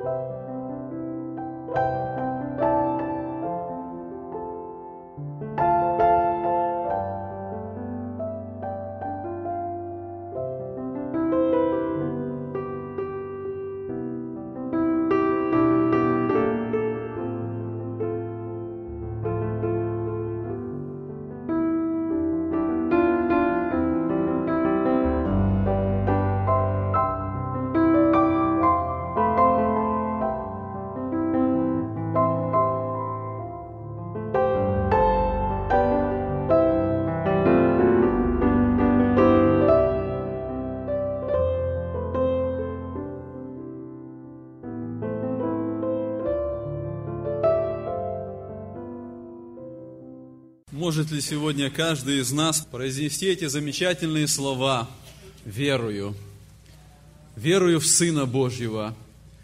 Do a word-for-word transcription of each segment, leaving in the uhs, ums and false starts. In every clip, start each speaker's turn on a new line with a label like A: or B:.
A: Может ли сегодня каждый из нас произнести эти замечательные слова: «Верую, верую в Сына Божьего,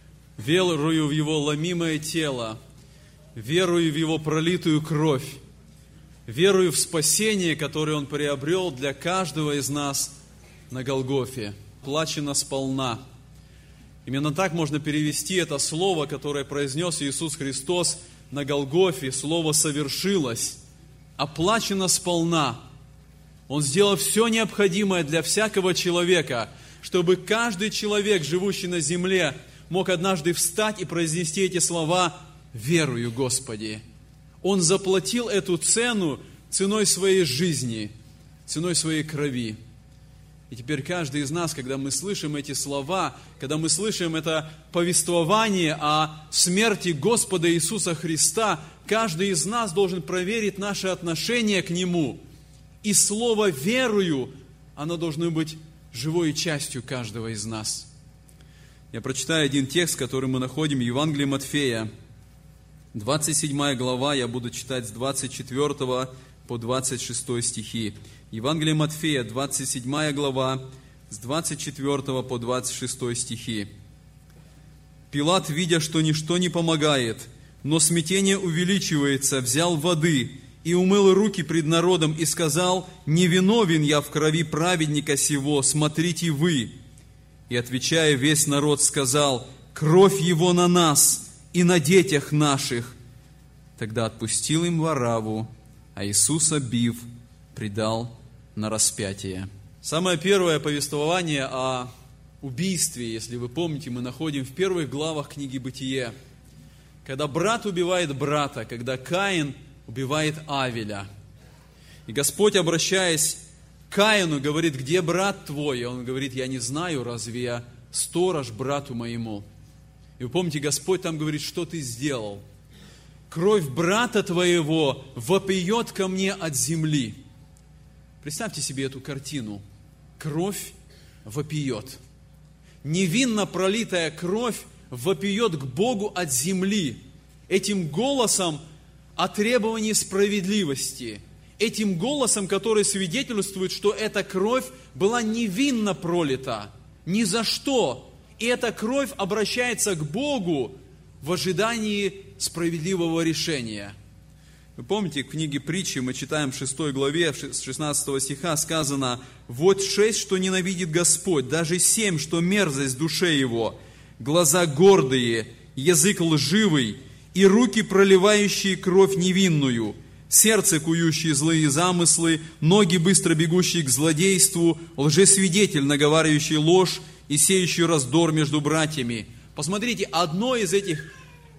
A: верую в Его ломимое тело, верую в Его пролитую кровь, верую в спасение, которое Он приобрел для каждого из нас на Голгофе, плачено сполна». Именно так можно перевести это слово, которое произнес Иисус Христос на Голгофе, слово «совершилось». Оплачено сполна. Он сделал все необходимое для всякого человека, чтобы каждый человек, живущий на земле, мог однажды встать и произнести эти слова: «Верую, Господи». Он заплатил эту цену ценой своей жизни, ценой своей крови. И теперь каждый из нас, когда мы слышим эти слова, когда мы слышим это повествование о смерти Господа Иисуса Христа, каждый из нас должен проверить наше отношение к Нему. И слово «верую», оно должно быть живой частью каждого из нас. Я прочитаю один текст, который мы находим в Евангелии Матфея, двадцать седьмая глава, я буду читать с двадцать четвёртого по двадцать шестой стихи. Евангелие Матфея, двадцать седьмая глава, с двадцать четвёртого по двадцать шестой стихи. «Пилат, видя, что ничто не помогает, но смятение увеличивается, взял воды и умыл руки пред народом и сказал: „Не виновен я в крови праведника сего, смотрите вы“. И, отвечая, весь народ сказал: „Кровь его на нас и на детях наших“. Тогда отпустил им Варавву, а Иисуса, бив, предал на распятие». Самое первое повествование о убийстве, если вы помните, мы находим в первых главах книги «Бытие». Когда брат убивает брата, когда Каин убивает Авеля. И Господь, обращаясь к Каину, говорит: «Где брат твой?» И он говорит: «Я не знаю, разве я сторож брату моему?» И вы помните, Господь там говорит: «Что ты сделал? Кровь брата твоего вопиет ко мне от земли». Представьте себе эту картину. Кровь вопиет. Невинно пролитая кровь вопиет к Богу от земли. Этим голосом о требовании справедливости. Этим голосом, который свидетельствует, что эта кровь была невинно пролита. Ни за что. И эта кровь обращается к Богу в ожидании справедливого решения. Вы помните, в книге Притчи мы читаем в шестой главе, с шестнадцатого стиха сказано: «Вот шесть, что ненавидит Господь, даже семь, что мерзость душе его, глаза гордые, язык лживый, и руки, проливающие кровь невинную, сердце, кующие злые замыслы, ноги, быстро бегущие к злодейству, лжесвидетель, наговаривающий ложь и сеющий раздор между братьями». Посмотрите, одно из этих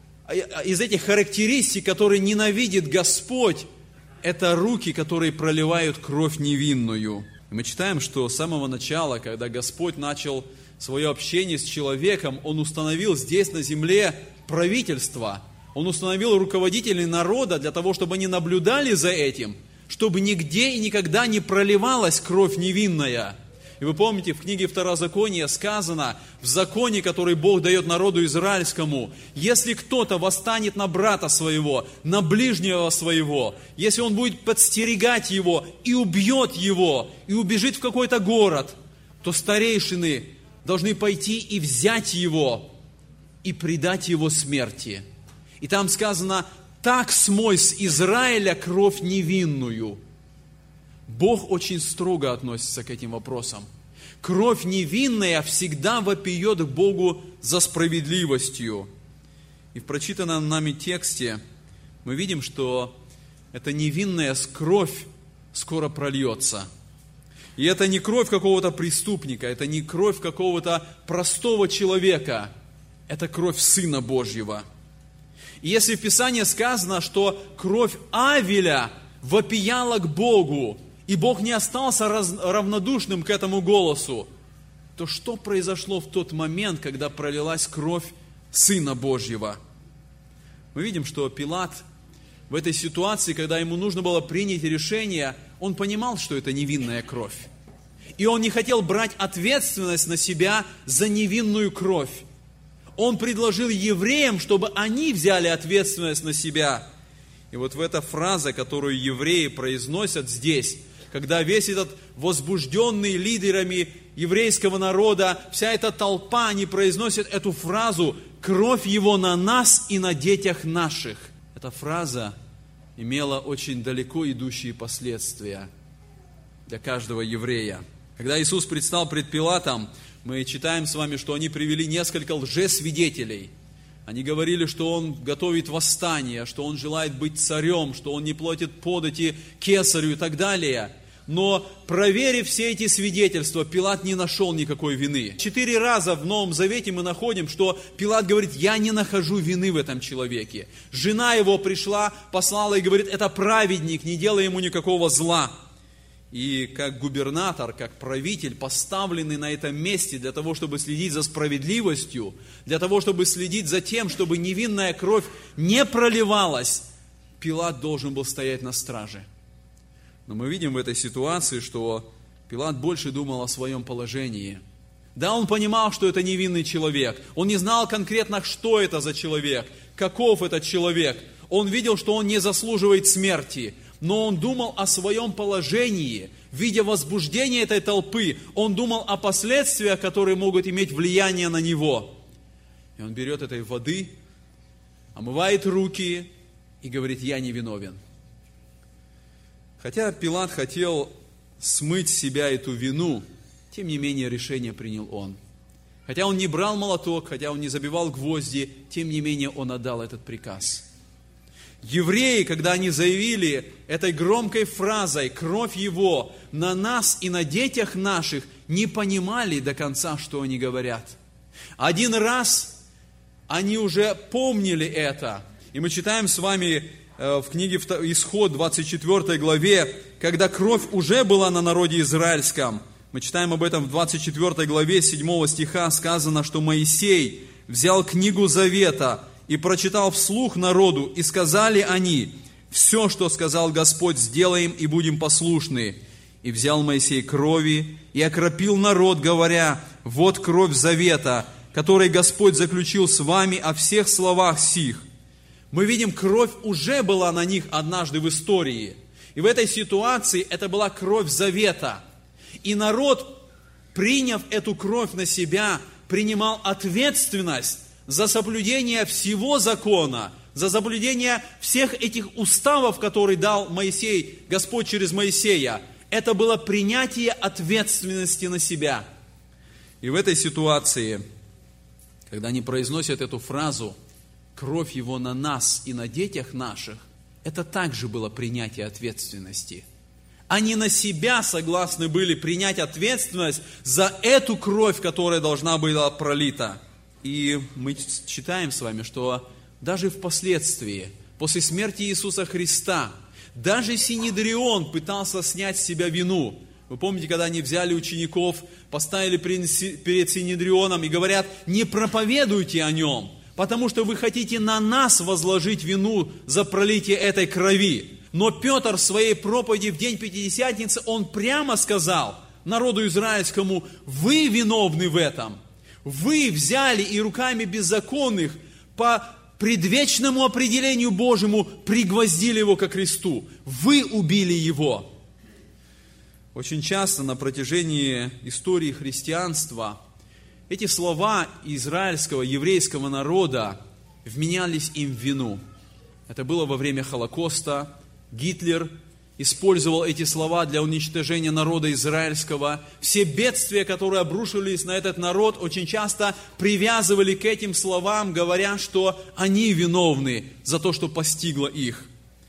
A: из этих характеристик, которые ненавидит Господь, это руки, которые проливают кровь невинную. И мы читаем, что с самого начала, когда Господь начал свое общение с человеком, Он установил здесь на земле правительство. Он установил руководителей народа для того, чтобы они наблюдали за этим, чтобы нигде и никогда не проливалась кровь невинная. И вы помните, в книге Второзакония сказано, в законе, который Бог дает народу израильскому: если кто-то восстанет на брата своего, на ближнего своего, если он будет подстерегать его и убьет его, и убежит в какой-то город, то старейшины должны пойти и взять его, и предать его смерти. И там сказано: «Так смой с Израиля кровь невинную». Бог очень строго относится к этим вопросам. Кровь невинная всегда вопиет к Богу за справедливостью. И в прочитанном нами тексте мы видим, что эта невинная кровь скоро прольется. И это не кровь какого-то преступника, это не кровь какого-то простого человека, это кровь Сына Божьего. И если в Писании сказано, что кровь Авеля вопияла к Богу, и Бог не остался раз, равнодушным к этому голосу, то что произошло в тот момент, когда пролилась кровь Сына Божьего? Мы видим, что Пилат в этой ситуации, когда ему нужно было принять решение, он понимал, что это невинная кровь. И он не хотел брать ответственность на себя за невинную кровь. Он предложил евреям, чтобы они взяли ответственность на себя. И вот в эта фраза, которую евреи произносят здесь, когда весь этот возбужденный лидерами еврейского народа, вся эта толпа, они произносят эту фразу «Кровь его на нас и на детях наших». Эта фраза имела очень далеко идущие последствия для каждого еврея. Когда Иисус предстал пред Пилатом, мы читаем с вами, что они привели несколько лжесвидетелей. Они говорили, что он готовит восстание, что он желает быть царем, что он не платит подати кесарю и так далее. Но, проверив все эти свидетельства, Пилат не нашел никакой вины. Четыре раза в Новом Завете мы находим, что Пилат говорит: я не нахожу вины в этом человеке. Жена его пришла, послала и говорит: это праведник, не делай ему никакого зла. И как губернатор, как правитель, поставленный на этом месте для того, чтобы следить за справедливостью, для того, чтобы следить за тем, чтобы невинная кровь не проливалась, Пилат должен был стоять на страже. Но мы видим в этой ситуации, что Пилат больше думал о своем положении. Да, он понимал, что это невинный человек. Он не знал конкретно, что это за человек, каков этот человек. Он видел, что он не заслуживает смерти. Но он думал о своем положении. Видя возбуждение этой толпы, он думал о последствиях, которые могут иметь влияние на него. И он берет этой воды, омывает руки и говорит: я не виновен. Хотя Пилат хотел смыть с себя эту вину, тем не менее решение принял он. Хотя он не брал молоток, хотя он не забивал гвозди, тем не менее он отдал этот приказ. Евреи, когда они заявили этой громкой фразой «кровь его на нас и на детях наших», не понимали до конца, что они говорят. Один раз они уже помнили это. И мы читаем с вами в книге Исход, двадцать четвёртой главе, когда кровь уже была на народе израильском. Мы читаем об этом в двадцать четвёртой главе, седьмого стиха, сказано, что Моисей взял книгу Завета и прочитал вслух народу, и сказали они: «Все, что сказал Господь, сделаем и будем послушны». И взял Моисей крови и окропил народ, говоря: «Вот кровь завета, который Господь заключил с вами о всех словах сих». Мы видим, кровь уже была на них однажды в истории. И в этой ситуации это была кровь завета. И народ, приняв эту кровь на себя, принимал ответственность за соблюдение всего закона, за соблюдение всех этих уставов, которые дал Моисей, Господь через Моисея. Это было принятие ответственности на себя. И в этой ситуации, когда они произносят эту фразу «кровь его на нас и на детях наших», это также было принятие ответственности. Они на себя согласны были принять ответственность за эту кровь, которая должна была пролита. И мы читаем с вами, что даже впоследствии, после смерти Иисуса Христа, даже Синедрион пытался снять с себя вину. Вы помните, когда они взяли учеников, поставили перед Синедрионом и говорят: не проповедуйте о нем, потому что вы хотите на нас возложить вину за пролитие этой крови. Но Петр в своей проповеди в день Пятидесятницы, он прямо сказал народу израильскому: вы виновны в этом. Вы взяли и руками беззаконных по предвечному определению Божьему пригвоздили его ко кресту. Вы убили его. Очень часто на протяжении истории христианства эти слова израильского, еврейского народа вменялись им в вину. Это было во время Холокоста. Гитлер использовал эти слова для уничтожения народа израильского. Все бедствия, которые обрушились на этот народ, очень часто привязывали к этим словам, говоря, что они виновны за то, что постигло их.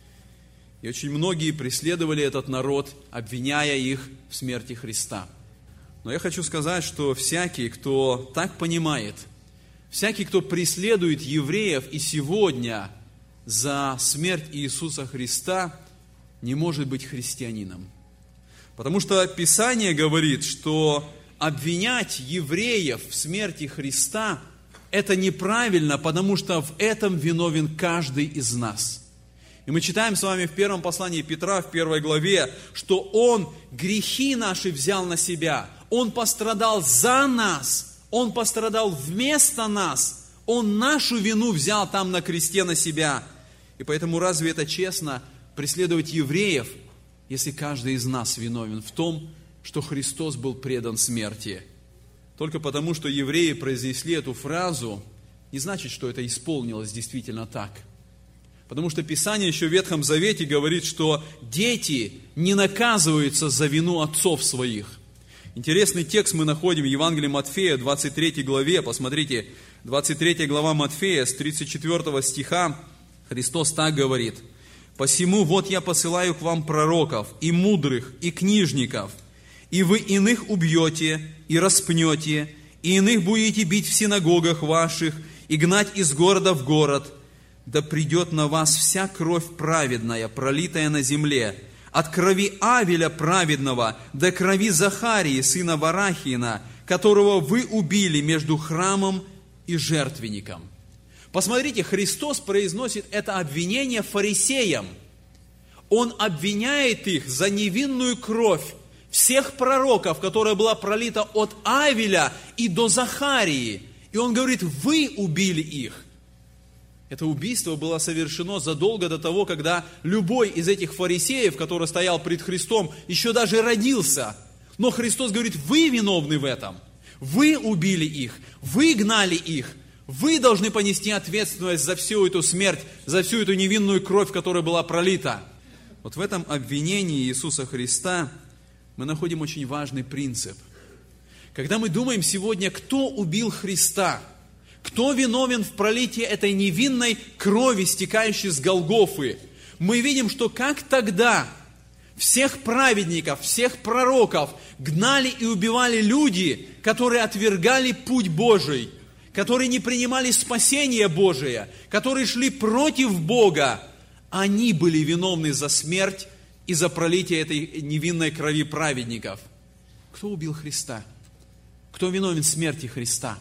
A: И очень многие преследовали этот народ, обвиняя их в смерти Христа. Но я хочу сказать, что всякий, кто так понимает, всякий, кто преследует евреев и сегодня за смерть Иисуса Христа, не может быть христианином. Потому что Писание говорит, что обвинять евреев в смерти Христа – это неправильно, потому что в этом виновен каждый из нас. И мы читаем с вами в первом послании Петра, в первой главе, что Он грехи наши взял на себя, Он пострадал за нас, Он пострадал вместо нас, Он нашу вину взял там на кресте на себя. И поэтому разве это честно преследовать евреев, если каждый из нас виновен в том, что Христос был предан смерти? Только потому, что евреи произнесли эту фразу, не значит, что это исполнилось действительно так. Потому что Писание еще в Ветхом Завете говорит, что дети не наказываются за вину отцов своих. Интересный текст мы находим в Евангелии Матфея, двадцать третьей главе. Посмотрите, двадцать третья глава Матфея, с тридцать четвёртого стиха, Христос так говорит: «Посему вот я посылаю к вам пророков, и мудрых, и книжников, и вы иных убьете, и распнете, и иных будете бить в синагогах ваших, и гнать из города в город. Да придет на вас вся кровь праведная, пролитая на земле, от крови Авеля праведного до крови Захарии, сына Варахиина, которого вы убили между храмом и жертвенником». Посмотрите, Христос произносит это обвинение фарисеям. Он обвиняет их за невинную кровь всех пророков, которая была пролита от Авеля и до Захарии. И он говорит: вы убили их. Это убийство было совершено задолго до того, когда любой из этих фарисеев, который стоял пред Христом, еще даже родился. Но Христос говорит: вы виновны в этом. Вы убили их, вы гнали их. Вы должны понести ответственность за всю эту смерть, за всю эту невинную кровь, которая была пролита. Вот в этом обвинении Иисуса Христа мы находим очень важный принцип. Когда мы думаем сегодня, кто убил Христа, кто виновен в пролитии этой невинной крови, стекающей с Голгофы, мы видим, что как тогда всех праведников, всех пророков гнали и убивали люди, которые отвергали путь Божий, которые не принимали спасение Божие, которые шли против Бога, они были виновны за смерть и за пролитие этой невинной крови праведников. Кто убил Христа? Кто виновен в смерти Христа?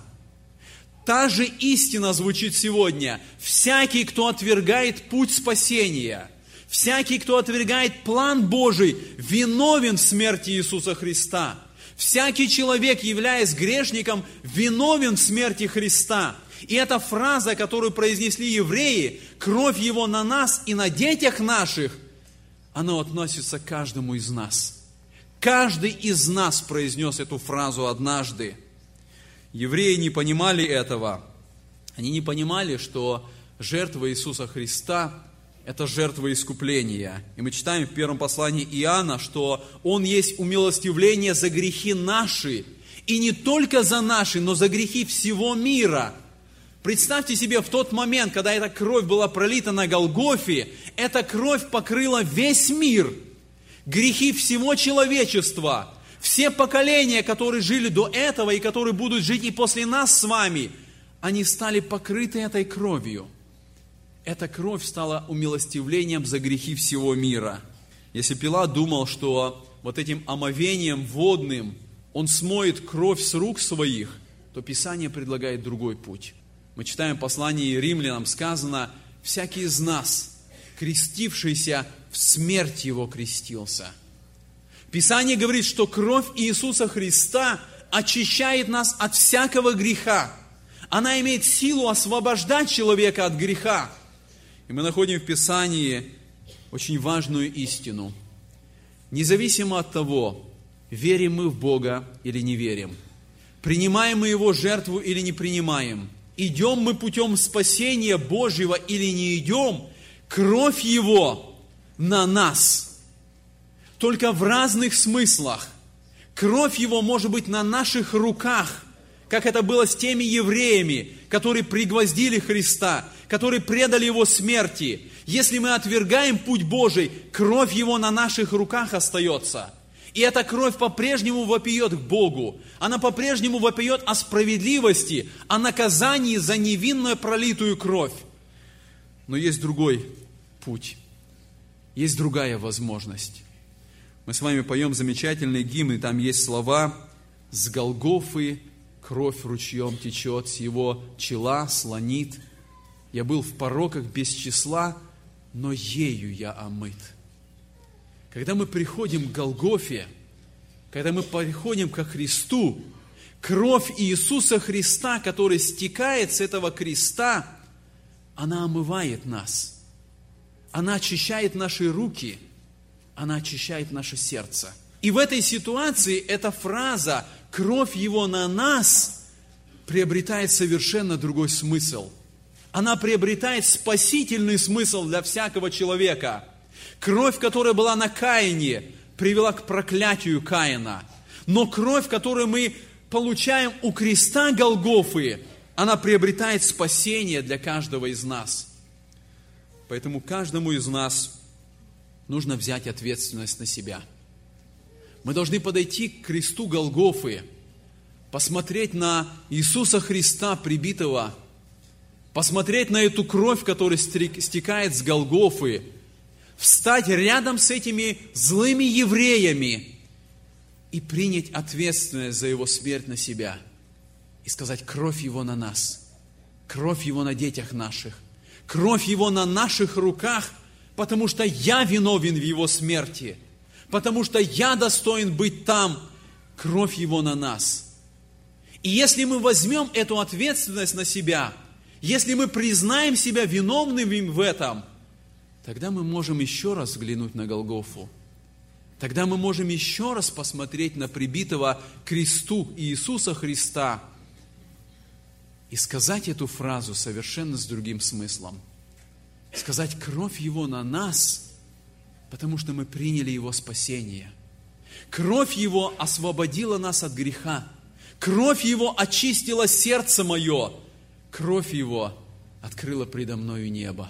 A: Та же истина звучит сегодня. Всякий, кто отвергает путь спасения, всякий, кто отвергает план Божий, виновен в смерти Иисуса Христа. Всякий человек, являясь грешником, виновен в смерти Христа. И эта фраза, которую произнесли евреи, кровь Его на нас и на детях наших, она относится к каждому из нас. Каждый из нас произнес эту фразу однажды. Евреи не понимали этого. Они не понимали, что жертва Иисуса Христа – это жертва искупления. И мы читаем в первом послании Иоанна, что Он есть умилостивление за грехи наши. И не только за наши, но за грехи всего мира. Представьте себе, в тот момент, когда эта кровь была пролита на Голгофе, эта кровь покрыла весь мир. Грехи всего человечества, все поколения, которые жили до этого и которые будут жить и после нас с вами, они стали покрыты этой кровью. Эта кровь стала умилостивлением за грехи всего мира. Если Пилат думал, что вот этим омовением водным он смоет кровь с рук своих, то Писание предлагает другой путь. Мы читаем в послании римлянам, сказано: «Всякий из нас, крестившийся, в смерть Его крестился». Писание говорит, что кровь Иисуса Христа очищает нас от всякого греха. Она имеет силу освобождать человека от греха. И мы находим в Писании очень важную истину. Независимо от того, верим мы в Бога или не верим, принимаем мы Его жертву или не принимаем, идем мы путем спасения Божьего или не идем, кровь Его на нас только в разных смыслах. Кровь Его может быть на наших руках, как это было с теми евреями, которые пригвоздили Христа, которые предали Его смерти. Если мы отвергаем путь Божий, кровь Его на наших руках остается. И эта кровь по-прежнему вопиет к Богу. Она по-прежнему вопиет о справедливости, о наказании за невинную пролитую кровь. Но есть другой путь. Есть другая возможность. Мы с вами поем замечательный гимн, и там есть слова: «С Голгофы кровь ручьем течет, с Его чела слонит. Я был в пороках без числа, но ею я омыт». Когда мы приходим к Голгофе, когда мы приходим ко Христу, кровь Иисуса Христа, которая стекает с этого креста, она омывает нас. Она очищает наши руки, она очищает наше сердце. И в этой ситуации эта фраза «кровь Его на нас» приобретает совершенно другой смысл. Она приобретает спасительный смысл для всякого человека. Кровь, которая была на Каине, привела к проклятию Каина. Но кровь, которую мы получаем у креста Голгофы, она приобретает спасение для каждого из нас. Поэтому каждому из нас нужно взять ответственность на себя. Мы должны подойти к кресту Голгофы, посмотреть на Иисуса Христа прибитого, посмотреть на эту кровь, которая стекает с Голгофы, встать рядом с этими злыми евреями и принять ответственность за Его смерть на себя. И сказать: кровь Его на нас, кровь Его на детях наших, кровь Его на наших руках, потому что я виновен в Его смерти, потому что я достоин быть там, кровь Его на нас. И если мы возьмем эту ответственность на себя, если мы признаем себя виновными в этом, тогда мы можем еще раз взглянуть на Голгофу. Тогда мы можем еще раз посмотреть на прибитого к кресту Иисуса Христа и сказать эту фразу совершенно с другим смыслом. Сказать: кровь Его на нас, потому что мы приняли Его спасение. Кровь Его освободила нас от греха. Кровь Его очистила сердце мое. Кровь Его открыла предо мною небо.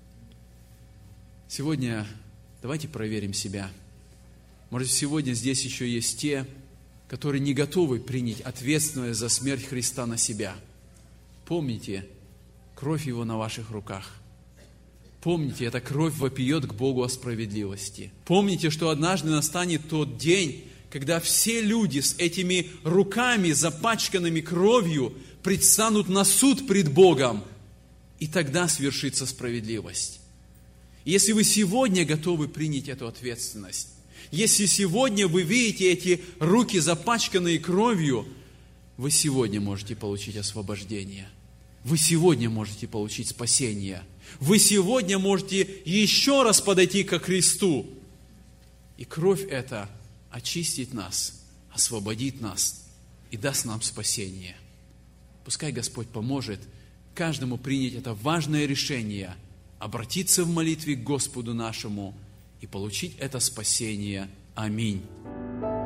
A: Сегодня давайте проверим себя. Может, сегодня здесь еще есть те, которые не готовы принять ответственность за смерть Христа на себя. Помните, кровь Его на ваших руках. Помните, эта кровь вопиет к Богу о справедливости. Помните, что однажды настанет тот день, когда все люди с этими руками, запачканными кровью, предстанут на суд пред Богом, и тогда свершится справедливость. Если вы сегодня готовы принять эту ответственность, если сегодня вы видите эти руки, запачканные кровью, вы сегодня можете получить освобождение. Вы сегодня можете получить спасение. Вы сегодня можете еще раз подойти ко Христу. И кровь эта очистит нас, освободит нас и даст нам спасение. Пускай Господь поможет каждому принять это важное решение, обратиться в молитве к Господу нашему и получить это спасение. Аминь.